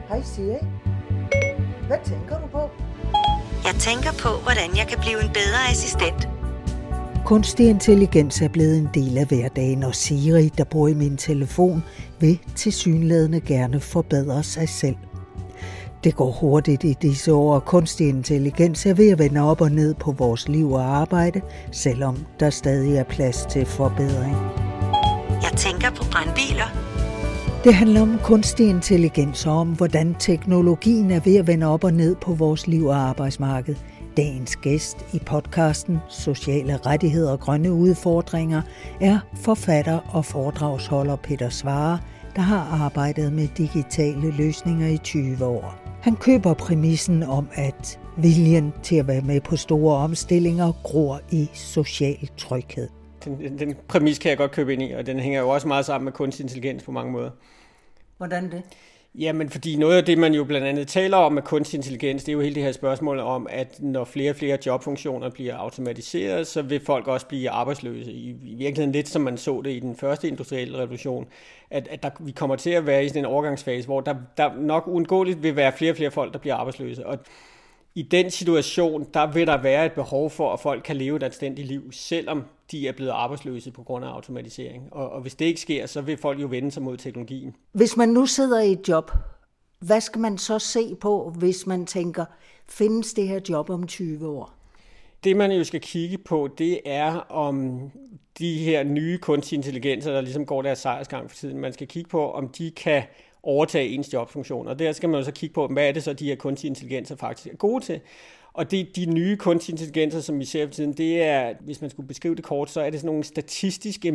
Hej Siri. Hvad tænker du på? Jeg tænker på, hvordan jeg kan blive en bedre assistent. Kunstig intelligens er blevet en del af hverdagen, og Siri, der bor i min telefon, vil tilsyneladende gerne forbedre sig selv. Det går hurtigt i disse år, og kunstig intelligens er ved at vende op og ned på vores liv og arbejde, selvom der stadig er plads til forbedring. Jeg tænker på brandbiler. Det handler om kunstig intelligens og om, hvordan teknologien er ved at vende op og ned på vores liv og arbejdsmarked. Dagens gæst i podcasten Sociale rettigheder og grønne udfordringer er forfatter og foredragsholder Peter Svare, der har arbejdet med digitale løsninger i 20 år. Han køber præmissen om, at viljen til at være med på store omstillinger gror i social tryghed. Den præmis kan jeg godt købe ind i, og den hænger jo også meget sammen med kunstig intelligens på mange måder. Hvordan det? Jamen, fordi noget af det, man jo blandt andet taler om med kunstig intelligens, det er jo hele det her spørgsmål om, at når flere og flere jobfunktioner bliver automatiseret, så vil folk også blive arbejdsløse. I virkeligheden lidt som man så det i den første industrielle revolution, at vi kommer til at være i sådan en overgangsfase, hvor der nok uundgåeligt vil være flere og flere folk, der bliver arbejdsløse. Og i den situation, der vil der være et behov for, at folk kan leve et anstændigt liv, selvom de er blevet arbejdsløse på grund af automatisering. Og hvis det ikke sker, så vil folk jo vende sig mod teknologien. Hvis man nu sidder i et job, hvad skal man så se på, hvis man tænker, findes det her job om 20 år? Det man jo skal kigge på, det er om de her nye kunstige intelligenser, der ligesom går deres sejrsgang for tiden, man skal kigge på, om de kan overtage ens jobfunktion. Og der skal man jo så kigge på, hvad er det så, de her kunstige intelligenser faktisk er gode til. Og det, de nye kunstige intelligenser, som vi ser for tiden, det er, hvis man skulle beskrive det kort, så er det sådan nogle statistiske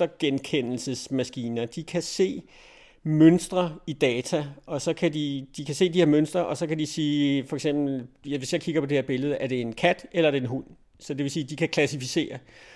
mønstergenkendelsesmaskiner. De kan se mønstre i data, og så kan de kan se de her mønstre, og så kan de sige, for eksempel, hvis jeg kigger på det her billede, er det en kat eller er det en hund? Så det vil sige, at de kan klassificere.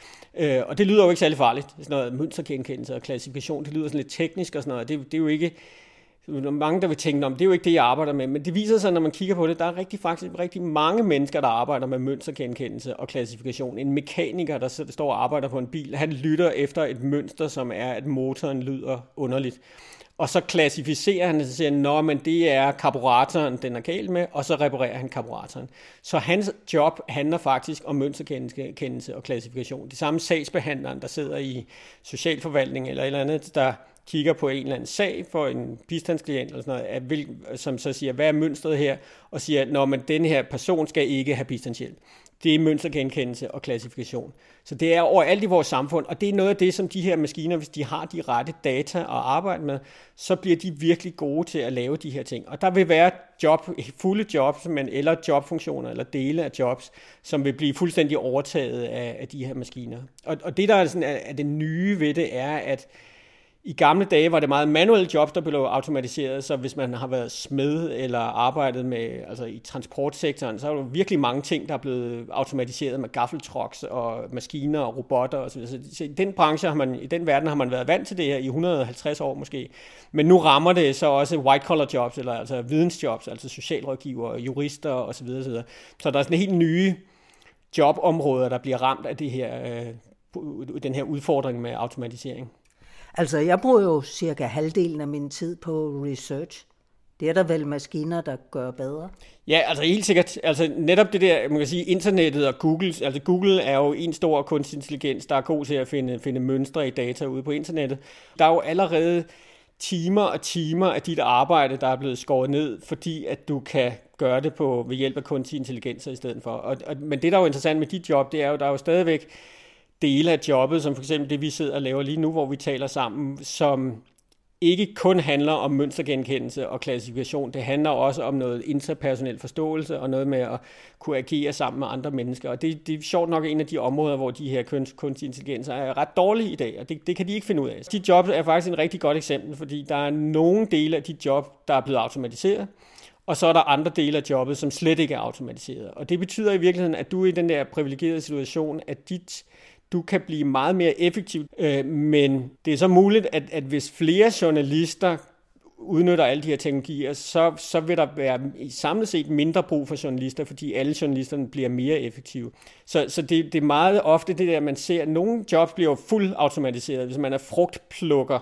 Og det lyder jo ikke særlig farligt, sådan noget mønstergenkendelse og klassifikation, det lyder sådan lidt teknisk og sådan noget, det er jo ikke, mange der vil tænke, det er jo ikke det, jeg arbejder med, men det viser sig, når man kigger på det, der er faktisk rigtig mange mennesker, der arbejder med mønstergenkendelse og klassifikation. En mekaniker, der står og arbejder på en bil, han lytter efter et mønster, som er, at motoren lyder underligt. Og så klassificerer han det, og siger, men det er karburatoren, den er galt med, og så reparerer han karburatoren. Så hans job handler faktisk om mønstergenkendelse og klassifikation. Det samme sagsbehandleren, der sidder i socialforvaltning eller et eller andet, der kigger på en eller anden sag for en bistandsklient eller sådan noget, som så siger, hvad er mønstret her? Og siger, men den her person skal ikke have bistandshjælp. Det er mønstergenkendelse og klassifikation. Så det er overalt i vores samfund, og det er noget af det, som de her maskiner, hvis de har de rette data at arbejde med, så bliver de virkelig gode til at lave de her ting. Og der vil være fulde jobs, eller jobfunktioner, eller dele af jobs, som vil blive fuldstændig overtaget af de her maskiner. Og det, der er, sådan, er det nye ved det, er, at i gamle dage var det meget manuelle jobs, der blev automatiseret, så hvis man har været smed eller arbejdet med, altså i transportsektoren, så er der virkelig mange ting, der er blevet automatiseret med gaffeltrucks og maskiner og robotter osv. Så i den branche i den verden har man været vant til det her i 150 år måske. Men nu rammer det så også white-collar jobs, eller altså vidensjobs, altså socialrådgivere, jurister osv. Så der er sådan helt nye jobområder, der bliver ramt af det her, den her udfordring med automatisering. Altså, jeg bruger jo cirka halvdelen af min tid på research. Det er der vel maskiner, der gør bedre? Ja, altså helt sikkert. Altså netop det der, man kan sige, internettet og Google. Altså Google er jo en stor kunstig intelligens, der er god til at finde mønstre i data ude på internettet. Der er jo allerede timer og timer af dit arbejde, der er blevet skåret ned, fordi at du kan gøre det ved hjælp af kunstig intelligens i stedet for. Men det, der er jo interessant med dit job, det er jo, der er jo stadigvæk dele af jobbet, som for eksempel det, vi sidder og laver lige nu, hvor vi taler sammen, som ikke kun handler om mønstergenkendelse og klassifikation. Det handler også om noget interpersonel forståelse og noget med at kunne agere sammen med andre mennesker. Og det er sjovt nok en af de områder, hvor de her kunstige intelligenser er ret dårlige i dag, og det kan de ikke finde ud af. De jobs er faktisk en rigtig godt eksempel, fordi der er nogle dele af de job, der er blevet automatiseret, og så er der andre dele af jobbet, som slet ikke er automatiseret. Og det betyder i virkeligheden, at du er i den der privilegerede situation, at du kan blive meget mere effektiv, men det er så muligt, at hvis flere journalister udnytter alle de her teknologier, så vil der være samlet set mindre brug for journalister, fordi alle journalisterne bliver mere effektive. Så det er meget ofte det der, man ser, at nogle jobs bliver jo fuldt automatiseret. Hvis man er frugtplukker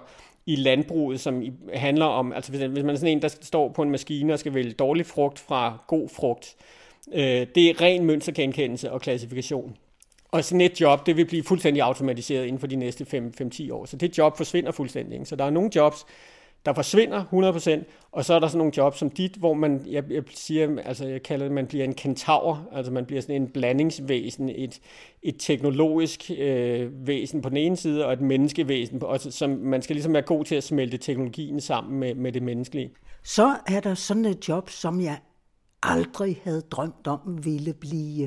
i landbruget, som handler om, altså hvis man er sådan en, der står på en maskine og skal vælge dårlig frugt fra god frugt, det er ren mønstergenkendelse og klassifikation. Og sådan et job, det vil blive fuldstændig automatiseret inden for de næste 5-10 år. Så det job forsvinder fuldstændig. Ikke? Så der er nogle jobs, der forsvinder 100%, og så er der sådan nogle jobs som dit, hvor man, jeg kalder det, man bliver en kentaur, altså man bliver sådan en blandingsvæsen, et teknologisk væsen på den ene side, og et menneskevæsen, som man skal ligesom være god til at smelte teknologien sammen med det menneskelige. Så er der sådan et job, som jeg aldrig havde drømt om ville blive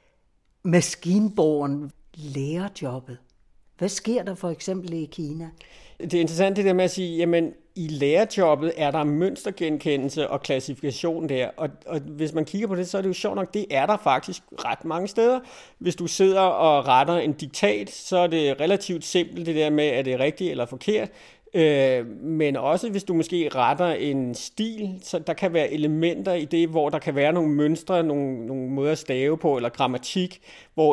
maskinborgen, lærerjobbet. Hvad sker der for eksempel i Kina? Det er interessant det der med at sige, jamen i lærerjobbet er der mønstergenkendelse og klassifikation der, og hvis man kigger på det, så er det jo sjovt nok, det er der faktisk ret mange steder. Hvis du sidder og retter en diktat, så er det relativt simpelt det der med, er det rigtigt eller forkert. Men også hvis du måske retter en stil, så der kan være elementer i det, hvor der kan være nogle mønstre, nogle måder at stave på, eller grammatik, hvor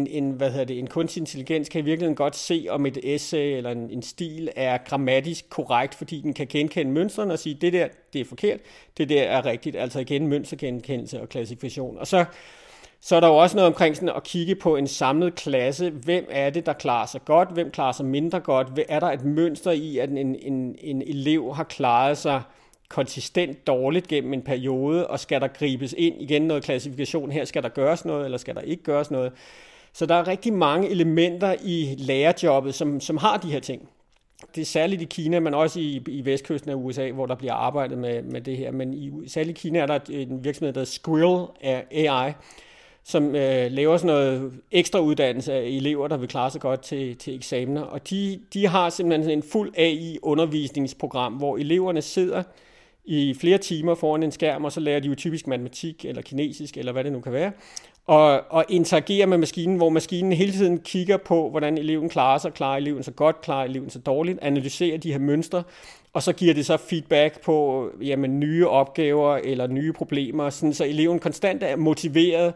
en kunstig intelligens kan i virkeligheden godt se, om et essay eller en stil er grammatisk korrekt, fordi den kan genkende mønstrene og sige, det der, det er forkert, det der er rigtigt, altså igen mønstergenkendelse og klassifikation. Og så er der jo også noget omkring sådan at kigge på en samlet klasse. Hvem er det, der klarer sig godt? Hvem klarer sig mindre godt? Er der et mønster i, at en elev har klaret sig konsistent dårligt gennem en periode, og skal der gribes ind igen noget klassifikation? Her skal der gøres noget, eller skal der ikke gøres noget? Så der er rigtig mange elementer i lærerjobbet, som har de her ting. Det er særligt i Kina, men også i vestkysten af USA, hvor der bliver arbejdet med det her. Men særligt i Kina er der en virksomhed, der hedder Squirrel AI, som laver sådan noget ekstra uddannelse af elever, der vil klare sig godt til eksamener. Og de har simpelthen en fuld AI-undervisningsprogram, hvor eleverne sidder i flere timer foran en skærm, og så lærer de jo typisk matematik eller kinesisk, eller hvad det nu kan være, og interagerer med maskinen, hvor maskinen hele tiden kigger på, hvordan eleven klarer sig, klarer eleven så godt, klarer eleven så dårligt, analyserer de her mønstre, og så giver det så feedback på nye opgaver eller nye problemer, sådan, så eleven konstant er motiveret,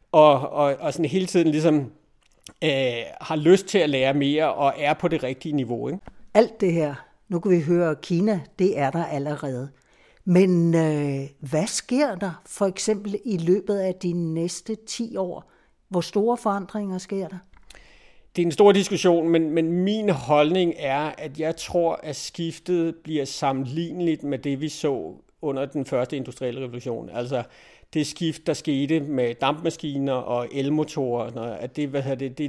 og sådan hele tiden ligesom har lyst til at lære mere og er på det rigtige niveau. Ikke? Alt det her, nu kan vi høre Kina, det er der allerede. Men hvad sker der for eksempel i løbet af de næste 10 år? Hvor store forandringer sker der? Det er en stor diskussion, men min holdning er, at jeg tror, at skiftet bliver sammenligneligt med det, vi så under den første industrielle revolution. Altså det skift, der skete med dampmaskiner og elmotorer, at det er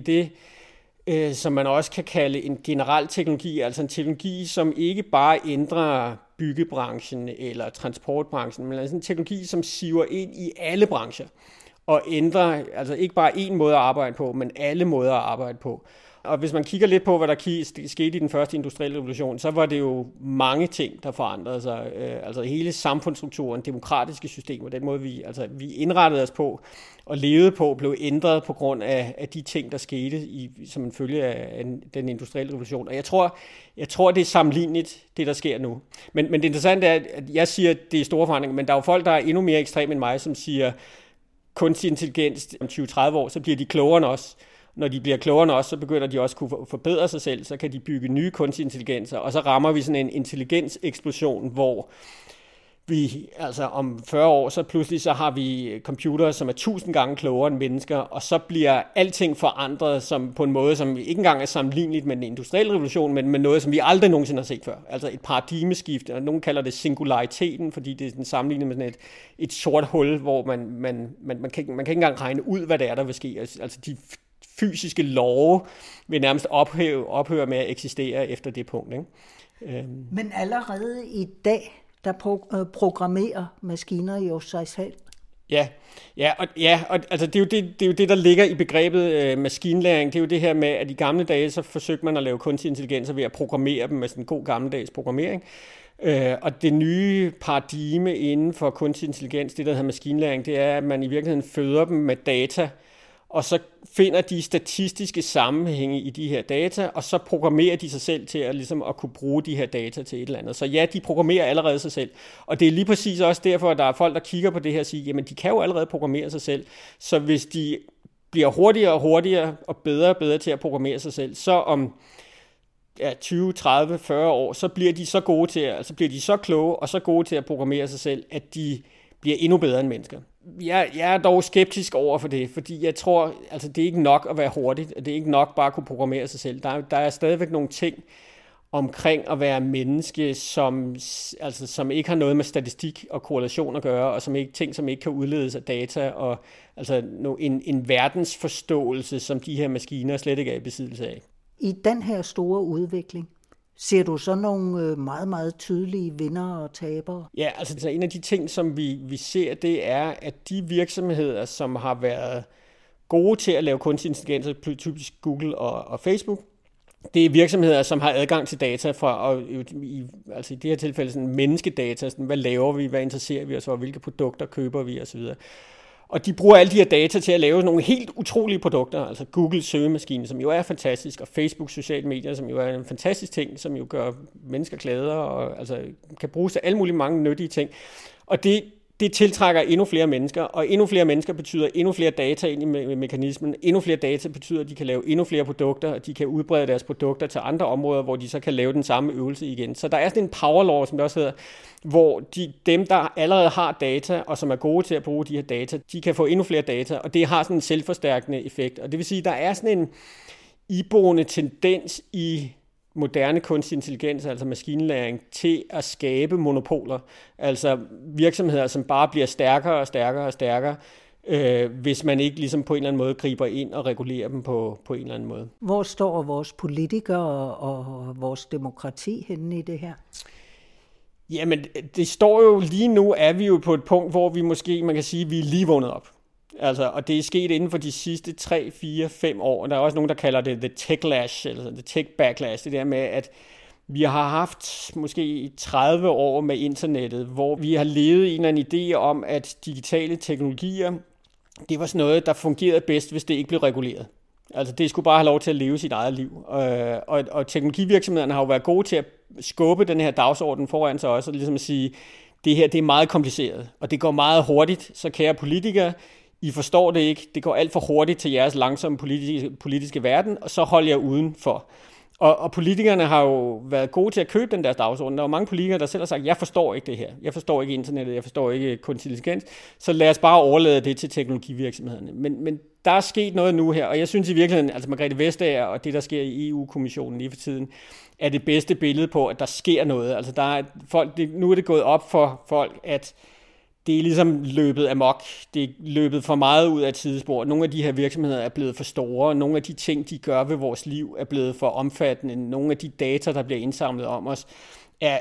det, som man også kan kalde en generel teknologi, altså en teknologi, som ikke bare ændrer byggebranchen eller transportbranchen, men altså en teknologi, som siver ind i alle brancher og ændrer, altså ikke bare én måde at arbejde på, men alle måder at arbejde på. Og hvis man kigger lidt på, hvad der skete i den første industrielle revolution, så var det jo mange ting, der forandrede sig. Altså hele samfundsstrukturen, demokratiske systemer, den måde, vi indrettede os på og levede på, blev ændret på grund af de ting, der skete som en følge af den industrielle revolution. Og jeg tror, det er sammenligneligt, det der sker nu. Men det interessante er, at jeg siger, at det er store forandringer, men der er jo folk, der er endnu mere ekstreme end mig, som siger, kunstig intelligens om 20-30 år, så bliver de klogere end os. Når de bliver klogere end os, så begynder de også at kunne forbedre sig selv, så kan de bygge nye kunstige intelligenser, og så rammer vi sådan en intelligenseksplosion, hvor vi, altså om 40 år, så pludselig så har vi computere, som er 1000 gange klogere end mennesker, og så bliver alting forandret som, på en måde, som ikke engang er sammenligneligt med den industrielle revolution, men med noget, som vi aldrig nogensinde har set før. Altså et paradigmeskift, og nogen kalder det singulariteten, fordi det er sådan sammenlignet med sådan et sort hul, hvor man kan ikke engang regne ud, hvad det er, der vil ske. Altså de fysiske love vil nærmest ophøre med at eksistere efter det punkt. Ikke? Men allerede i dag, der programmerer maskiner jo sig selv. Ja, og altså det er jo det, der ligger i begrebet maskinlæring. Det er jo det her med, at i gamle dage, så forsøgte man at lave kunstig intelligens ved at programmere dem med sådan en god gammeldags programmering. Og det nye paradigme inden for kunstig intelligens, det der hedder maskinlæring, det er, at man i virkeligheden føder dem med data, og så finder de statistiske sammenhænge i de her data, og så programmerer de sig selv til at kunne bruge de her data til et eller andet. Så ja, de programmerer allerede sig selv. Og det er lige præcis også derfor, at der er folk, der kigger på det her og siger, jamen de kan jo allerede programmere sig selv. Så hvis de bliver hurtigere og hurtigere og bedre til at programmere sig selv, så om 20, 30, 40 år, så bliver de så gode til, altså bliver de så kloge og så gode til at programmere sig selv, at de bliver endnu bedre end mennesker. Jeg er dog skeptisk over for det, fordi jeg tror, altså det er ikke nok at være hurtigt, og det er ikke nok bare at kunne programmere sig selv. Der er stadigvæk nogle ting omkring at være menneske, som ikke har noget med statistik og korrelation at gøre, og som ikke kan udledes af data, og altså en verdensforståelse, som de her maskiner slet ikke er i besiddelse af. I den her store udvikling, ser du så nogle meget, meget tydelige vindere og tabere? Ja, altså en af de ting, som vi ser, det er, at de virksomheder, som har været gode til at lave kunstig intelligens, typisk Google og Facebook, det er virksomheder, som har adgang til data fra, altså i det her tilfælde sådan menneskedata, sådan, hvad laver vi, hvad interesserer vi os for, hvilke produkter køber vi osv. Og de bruger alle de her data til at lave nogle helt utrolige produkter, altså Google søgemaskine, som jo er fantastisk, og Facebook sociale medier, som jo er en fantastisk ting, som jo gør mennesker glade, og altså kan bruges til alle mulige mange nyttige ting. Og det tiltrækker endnu flere mennesker, og endnu flere mennesker betyder endnu flere data ind i mekanismen. Endnu flere data betyder, at de kan lave endnu flere produkter, og de kan udbrede deres produkter til andre områder, hvor de så kan lave den samme øvelse igen. Så der er sådan en power law, som det også hedder, hvor dem, der allerede har data, og som er gode til at bruge de her data, de kan få endnu flere data, og det har sådan en selvforstærkende effekt. Og det vil sige, at der er sådan en iboende tendens i moderne kunstig intelligens, altså maskinlæring, til at skabe monopoler. Altså virksomheder, som bare bliver stærkere og stærkere og stærkere, hvis man ikke ligesom på en eller anden måde griber ind og regulerer dem på en eller anden måde. Hvor står vores politikere og vores demokrati henne i det her? Jamen, det står jo lige nu, er vi jo på et punkt, hvor vi måske, man kan sige, vi er lige vågnet op. Altså, og det er sket inden for de sidste 3, 4, 5 år. Der er også nogen, der kalder det the techlash, eller the tech backlash. Det der med, at vi har haft måske 30 år med internettet, hvor vi har levet en eller anden idé om, at digitale teknologier, det var sådan noget, der fungerede bedst, hvis det ikke blev reguleret. Altså, det skulle bare have lov til at leve sit eget liv. Og teknologivirksomhederne har jo været gode til at skubbe den her dagsorden foran sig også, og ligesom at sige, det her, det er meget kompliceret, og det går meget hurtigt, så kære politikere, I forstår det ikke, det går alt for hurtigt til jeres langsomme politiske verden, og så hold jer udenfor. Og politikerne har jo været gode til at købe den der dagsorden. Der er jo mange politikere, der selv har sagt, jeg forstår ikke det her, jeg forstår ikke internettet, jeg forstår ikke kunstig intelligens, så lad os bare overlade det til teknologivirksomhederne. Men der er sket noget nu her, og jeg synes i virkeligheden, altså Margrethe Vestager og det, der sker i EU-kommissionen lige for tiden, er det bedste billede på, at der sker noget. Altså nu er det gået op for folk, at det er ligesom løbet amok. Det er løbet for meget ud af et sidespor. Nogle af de her virksomheder er blevet for store. Nogle af de ting, de gør ved vores liv, er blevet for omfattende. Nogle af de data, der bliver indsamlet om os, er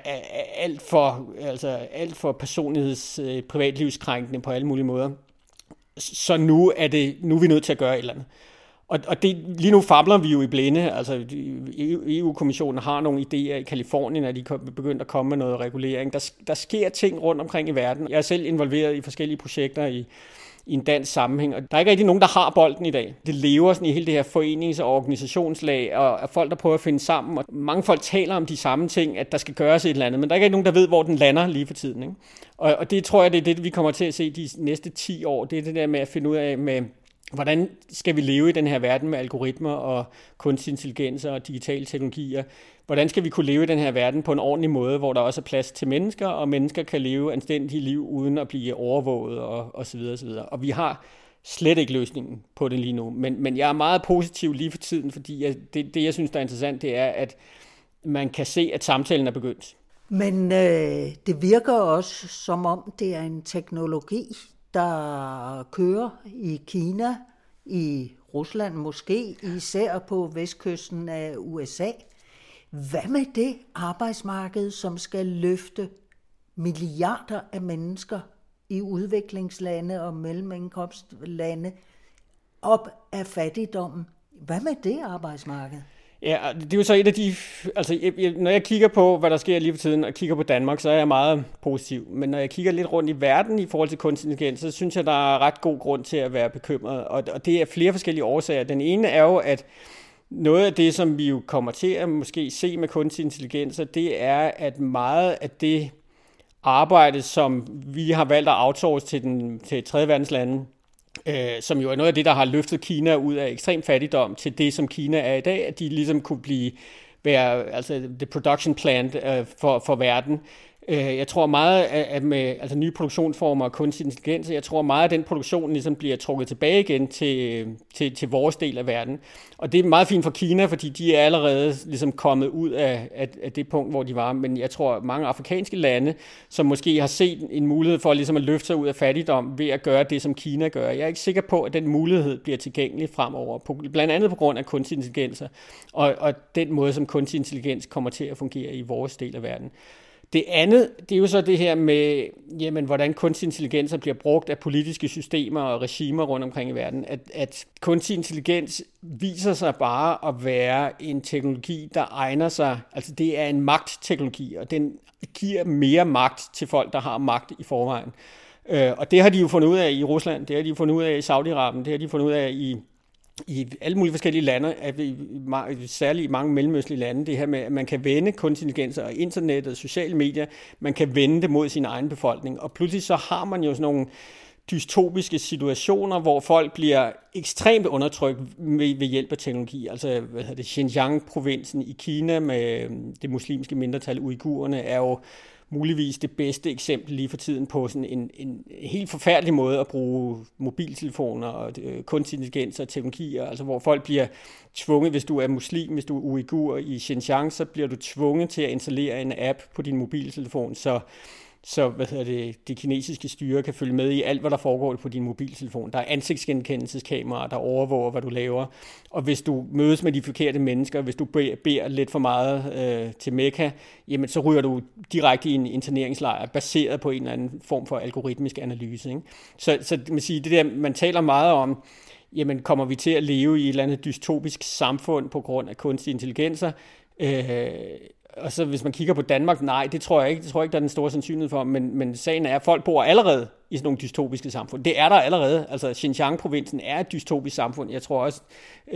alt for privatlivskrænkende på alle mulige måder. Så nu er vi nødt til at gøre et eller andet. Og lige nu fabler vi jo i blinde. Altså EU-kommissionen har nogle idéer i Californien, at de er begyndt at komme med noget regulering. Der sker ting rundt omkring i verden. Jeg er selv involveret i forskellige projekter i en dansk sammenhæng, og der er ikke rigtig nogen, der har bolden i dag. Det lever sådan i hele det her forenings- og organisationslag, og folk, der prøver at finde sammen. Og mange folk taler om de samme ting, at der skal gøres et eller andet, men der er ikke nogen, der ved, hvor den lander lige for tiden. Ikke? Og det tror jeg, det er det, vi kommer til at se de næste 10 år. Det er det der med at finde ud af med hvordan skal vi leve i den her verden med algoritmer og kunstig intelligens og digitale teknologier? Hvordan skal vi kunne leve i den her verden på en ordentlig måde, hvor der også er plads til mennesker, og mennesker kan leve anstændige liv uden at blive overvåget og så videre, så videre. Og vi har slet ikke løsningen på det lige nu. Men jeg er meget positiv lige for tiden, fordi det jeg synes, der er interessant, det er, at man kan se, at samtalen er begyndt. Men det virker også, som om det er en teknologi, der kører i Kina, i Rusland måske, især på vestkysten af USA. Hvad med det arbejdsmarked, som skal løfte milliarder af mennesker i udviklingslande og mellemindkomstlande op af fattigdommen? Hvad med det arbejdsmarked? Ja, det er jo så et af de... Altså, når jeg kigger på, hvad der sker lige for tiden, og kigger på Danmark, så er jeg meget positiv. Men når jeg kigger lidt rundt i verden i forhold til kunstig intelligens, så synes jeg, der er ret god grund til at være bekymret. Og det er flere forskellige årsager. Den ene er jo, at noget af det, som vi jo kommer til at måske se med kunstig intelligens, det er, at meget af det arbejde, som vi har valgt at outsource til tredje verdens lande, som jo er noget af det, der har løftet Kina ud af ekstrem fattigdom til det, som Kina er i dag, at de ligesom kunne blive være altså the production plant for verden. Jeg tror meget at med altså nye produktionsformer og kunstig intelligens, jeg tror meget at den produktion ligesom bliver trukket tilbage igen til vores del af verden. Og det er meget fint for Kina, fordi de er allerede ligesom kommet ud af det punkt, hvor de var. Men jeg tror mange afrikanske lande, som måske har set en mulighed for ligesom at løfte sig ud af fattigdom ved at gøre det, som Kina gør. Jeg er ikke sikker på, at den mulighed bliver tilgængelig fremover, blandt andet på grund af kunstig intelligens og den måde, som kunstig intelligens kommer til at fungere i vores del af verden. Det andet, det er jo så det her med, jamen, hvordan kunstig intelligens bliver brugt af politiske systemer og regimer rundt omkring i verden. At kunstig intelligens viser sig bare at være en teknologi, der egner sig, altså det er en magtteknologi, og den giver mere magt til folk, der har magt i forvejen. Og det har de jo fundet ud af i Rusland, det har de jo fundet ud af i Saudi-Arabien, det har de fundet ud af i alle mulige forskellige lande, særligt i mange mellemøstlige lande, det her med, at man kan vende kunstig intelligens og internettet og sociale medier, man kan vende det mod sin egen befolkning. Og pludselig så har man jo sådan nogle dystopiske situationer, hvor folk bliver ekstremt undertrykt ved hjælp af teknologi. Altså, Xinjiang-provinsen i Kina med det muslimske mindretal uigurerne er jo muligvis det bedste eksempel lige for tiden på sådan en helt forfærdelig måde at bruge mobiltelefoner og kunstig intelligens og teknologier, altså hvor folk bliver tvunget, hvis du er muslim, hvis du er uigur i Xinjiang, så bliver du tvunget til at installere en app på din mobiltelefon, så det kinesiske styre kan følge med i alt, hvad der foregår på din mobiltelefon. Der er ansigtsgenkendelseskameraer, der overvåger, hvad du laver. Og hvis du mødes med de forkerte mennesker, hvis du beder lidt for meget til Mekka, jamen så ryger du direkte i en interneringslejr, baseret på en eller anden form for algoritmisk analyse. Ikke? Så man siger, det der, man taler meget om, jamen kommer vi til at leve i et eller andet dystopisk samfund på grund af kunstig intelligenser? Og så hvis man kigger på Danmark, nej, det tror jeg ikke. Det tror jeg ikke, der er den store sandsynlighed for. Men sagen er, at folk bor allerede i sådan nogle dystopiske samfund. Det er der allerede. Altså Xinjiang-provinsen er et dystopisk samfund. Jeg tror også,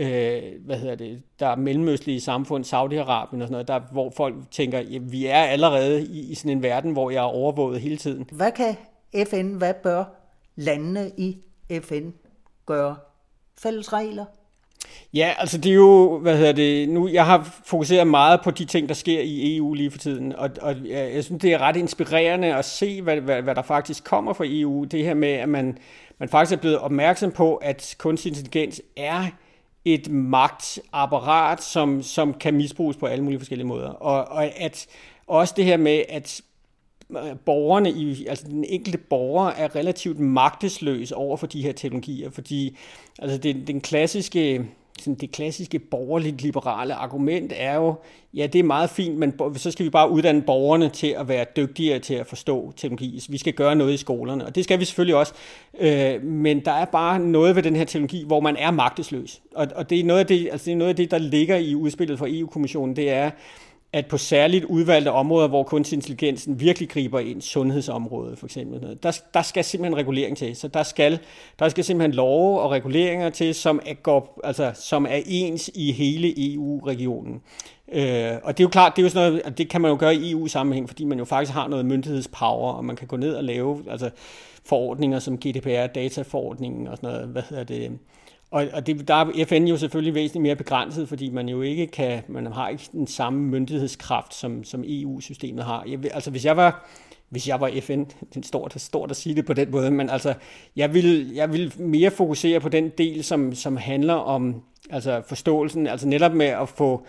der er mellemøstlige samfund, Saudi-Arabien og sådan noget, hvor folk tænker, vi er allerede i sådan en verden, hvor jeg er overvåget hele tiden. Hvad kan FN, hvad bør landene i FN gøre? Fælles regler? Ja, altså det er jo, nu jeg har fokuseret meget på de ting, der sker i EU lige for tiden, og jeg synes, det er ret inspirerende at se, hvad der faktisk kommer fra EU. Det her med, at man faktisk er blevet opmærksom på, at kunstig intelligens er et magtapparat, som kan misbruges på alle mulige forskellige måder. Og at også det her med, at borgerne, altså den enkelte borger, er relativt magtesløs over for de her teknologier, fordi altså det klassiske borgerligt liberale argument er jo, ja, det er meget fint, men så skal vi bare uddanne borgerne til at være dygtigere til at forstå teknologi. Vi skal gøre noget i skolerne, og det skal vi selvfølgelig også, men der er bare noget ved den her teknologi, hvor man er magtesløs. Og det er noget af det, der ligger i udspillet fra EU-kommissionen, det er, at på særligt udvalgte områder, hvor kunstig intelligensen virkelig griber ind, sundhedsområdet for eksempel, der skal simpelthen regulering til. Så der skal simpelthen love og reguleringer til, som er ens i hele EU-regionen. Og det er jo klart, det er jo sådan noget, det kan man jo gøre i EU-sammenhæng, fordi man jo faktisk har noget myndighedspower, og man kan gå ned og lave forordninger som GDPR, dataforordningen og sådan noget, Og der er FN jo selvfølgelig væsentligt mere begrænset, fordi man jo ikke man har ikke den samme myndighedskraft, som EU-systemet har. Hvis jeg var FN, det er stort at sige det på den måde, men altså, jeg vil mere fokusere på den del, som handler om forståelsen, altså netop med at få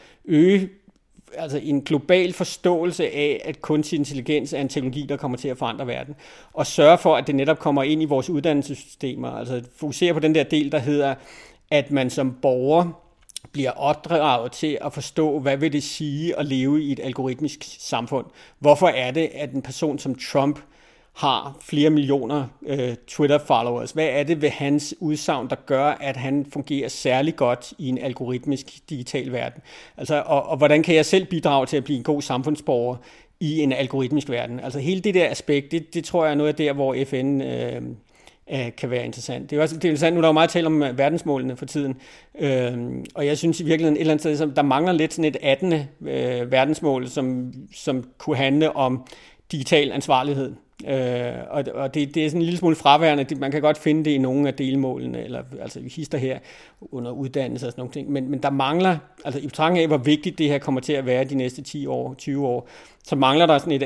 en global forståelse af, at kunstig intelligens er en teknologi, der kommer til at forandre verden, og sørge for, at det netop kommer ind i vores uddannelsessystemer. Altså fokusere på den der del, der hedder, at man som borger bliver opdraget til at forstå, hvad vil det sige at leve i et algoritmisk samfund. Hvorfor er det, at en person som Trump har flere millioner Twitter-followers? Hvad er det ved hans udsagn, der gør, at han fungerer særlig godt i en algoritmisk digital verden? Altså, og hvordan kan jeg selv bidrage til at blive en god samfundsborger i en algoritmisk verden? Altså hele det der aspekt, det tror jeg er noget af der, hvor FN kan være interessant. Det er også interessant, nu er der jo meget tale om verdensmålene for tiden, og jeg synes i virkeligheden et eller andet sted, der mangler lidt sådan et 18. Verdensmål, som kunne handle om digital ansvarlighed. Og det er sådan en lille smule fraværende. Man kan godt finde det i nogle af delmålene, eller altså vi hister her under uddannelse og sådan nogle ting. Men der mangler, altså i betragtning af, hvor vigtigt det her kommer til at være de næste 10 år, 20 år, så mangler der sådan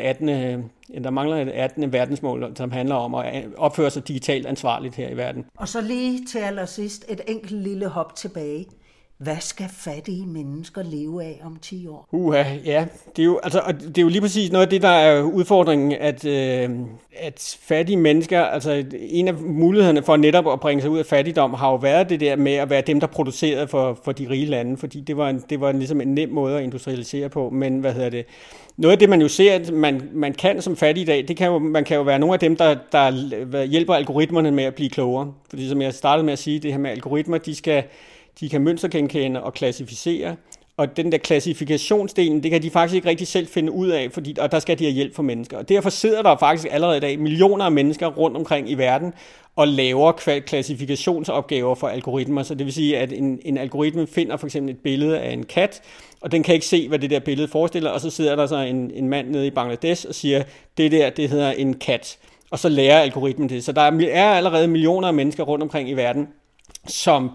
et 18. verdensmål, som handler om at opføre sig digitalt ansvarligt her i verden. Og så lige til allersidst et enkelt lille hop tilbage. Hvad skal fattige mennesker leve af om 10 år? Ja, det er jo lige præcis noget af det, der er udfordringen, at fattige mennesker, altså en af mulighederne for netop at bringe sig ud af fattigdom, har jo været det der med at være dem, der producerede for de rige lande, fordi det var ligesom en nem måde at industrialisere på, men noget af det, man jo ser, at man kan som fattig i dag, man kan jo være nogle af dem, der hjælper algoritmerne med at blive klogere. Fordi som jeg startede med at sige, det her med algoritmer, de kan mønstergenkende og klassificere, og den der klassifikationsdelen, det kan de faktisk ikke rigtig selv finde ud af, og der skal de have hjælp fra mennesker. Og derfor sidder der faktisk allerede i dag millioner af mennesker rundt omkring i verden og laver klassifikationsopgaver for algoritmer. Så det vil sige, at en algoritme finder for eksempel et billede af en kat, og den kan ikke se, hvad det der billede forestiller, og så sidder der så en mand nede i Bangladesh og siger, det hedder en kat, og så lærer algoritmen det. Så der er allerede millioner af mennesker rundt omkring i verden, som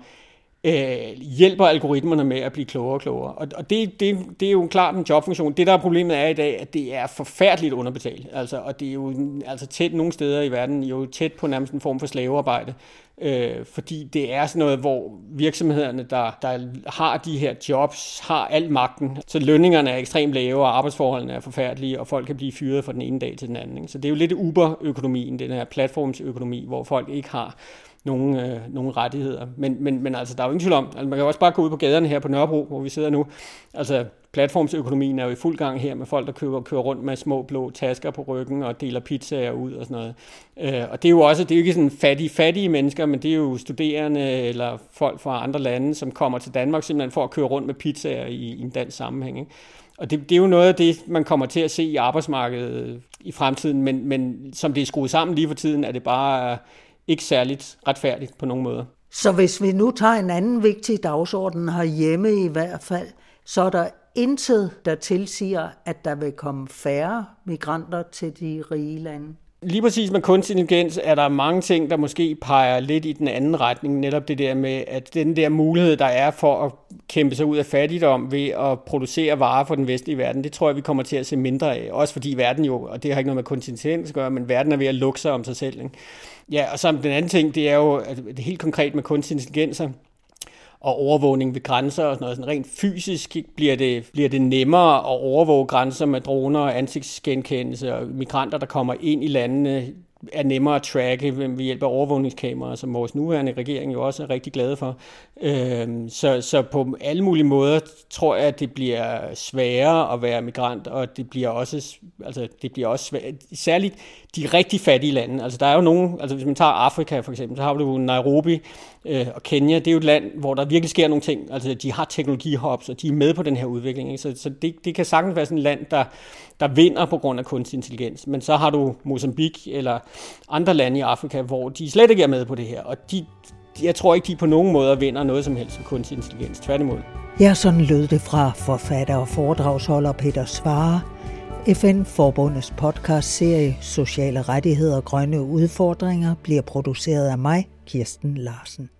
hjælper algoritmerne med at blive klogere og klogere. Og det er jo klart en jobfunktion. Det, der er problemet er i dag, at det er forfærdeligt underbetalt. Og det er jo tæt nogle steder i verden, jo tæt på nærmest en form for slavearbejde. Fordi det er sådan noget, hvor virksomhederne, der har de her jobs, har al magten. Så lønningerne er ekstremt lave, og arbejdsforholdene er forfærdelige, og folk kan blive fyret fra den ene dag til den anden. Så det er jo lidt Uber-økonomien, den her platformsøkonomi, hvor folk ikke har nogle rettigheder. Men altså, der er jo ingen tvivl om, altså, man kan også bare gå ud på gaderne her på Nørrebro, hvor vi sidder nu. Altså, platformsøkonomien er jo i fuld gang her med folk, der kører rundt med små blå tasker på ryggen og deler pizzaer ud og sådan noget. Og det er jo ikke sådan fattige mennesker, men det er jo studerende eller folk fra andre lande, som kommer til Danmark simpelthen for at køre rundt med pizzaer i en dansk sammenhæng, ikke? Og det er jo noget af det, man kommer til at se i arbejdsmarkedet i fremtiden, men som det er skruet sammen lige for tiden, er det bare ikke særligt retfærdigt på nogen måder. Så hvis vi nu tager en anden vigtig dagsorden herhjemme i hvert fald, så er der intet, der tilsiger, at der vil komme færre migranter til de rige lande. Lige præcis med kunstig intelligens er der mange ting, der måske peger lidt i den anden retning. Netop det der med, at den der mulighed, der er for at kæmpe sig ud af fattigdom ved at producere varer for den vestlige verden, det tror jeg, vi kommer til at se mindre af. Også fordi verden jo, og det har ikke noget med kunstig intelligens at gøre, men verden er ved at lukke sig om sig selv, ikke? Ja, og så den anden ting, det er jo at det helt konkret med kunstig intelligenser og overvågning ved grænser og sådan noget. Sådan rent fysisk bliver det nemmere at overvåge grænser med droner og ansigtsgenkendelse, og migranter, der kommer ind i landene, er nemmere at tracke ved hjælp af overvågningskameraer, som vores nuværende regering jo også er rigtig glade for. Så på alle mulige måder tror jeg, at det bliver sværere at være migrant, og det bliver også sværere, særligt de rigtig fattige lande. Altså der er jo nogle, altså hvis man tager Afrika for eksempel, så har du Nairobi og Kenya, det er jo et land, hvor der virkelig sker nogle ting. Altså de har teknologihubs, og de er med på den her udvikling, ikke? Så det kan sagtens være sådan et land, der vinder på grund af kunstig intelligens. Men så har du Mozambique eller andre lande i Afrika, hvor de slet ikke er med på det her, og jeg tror ikke, de på nogen måde vinder noget som helst med kunstig intelligens. Tværtimod. Ja, sådan lød det fra forfatter og foredragsholder Peter Svare. FN-forbundets podcastserie Sociale rettigheder og grønne udfordringer bliver produceret af mig, Kirsten Larsen.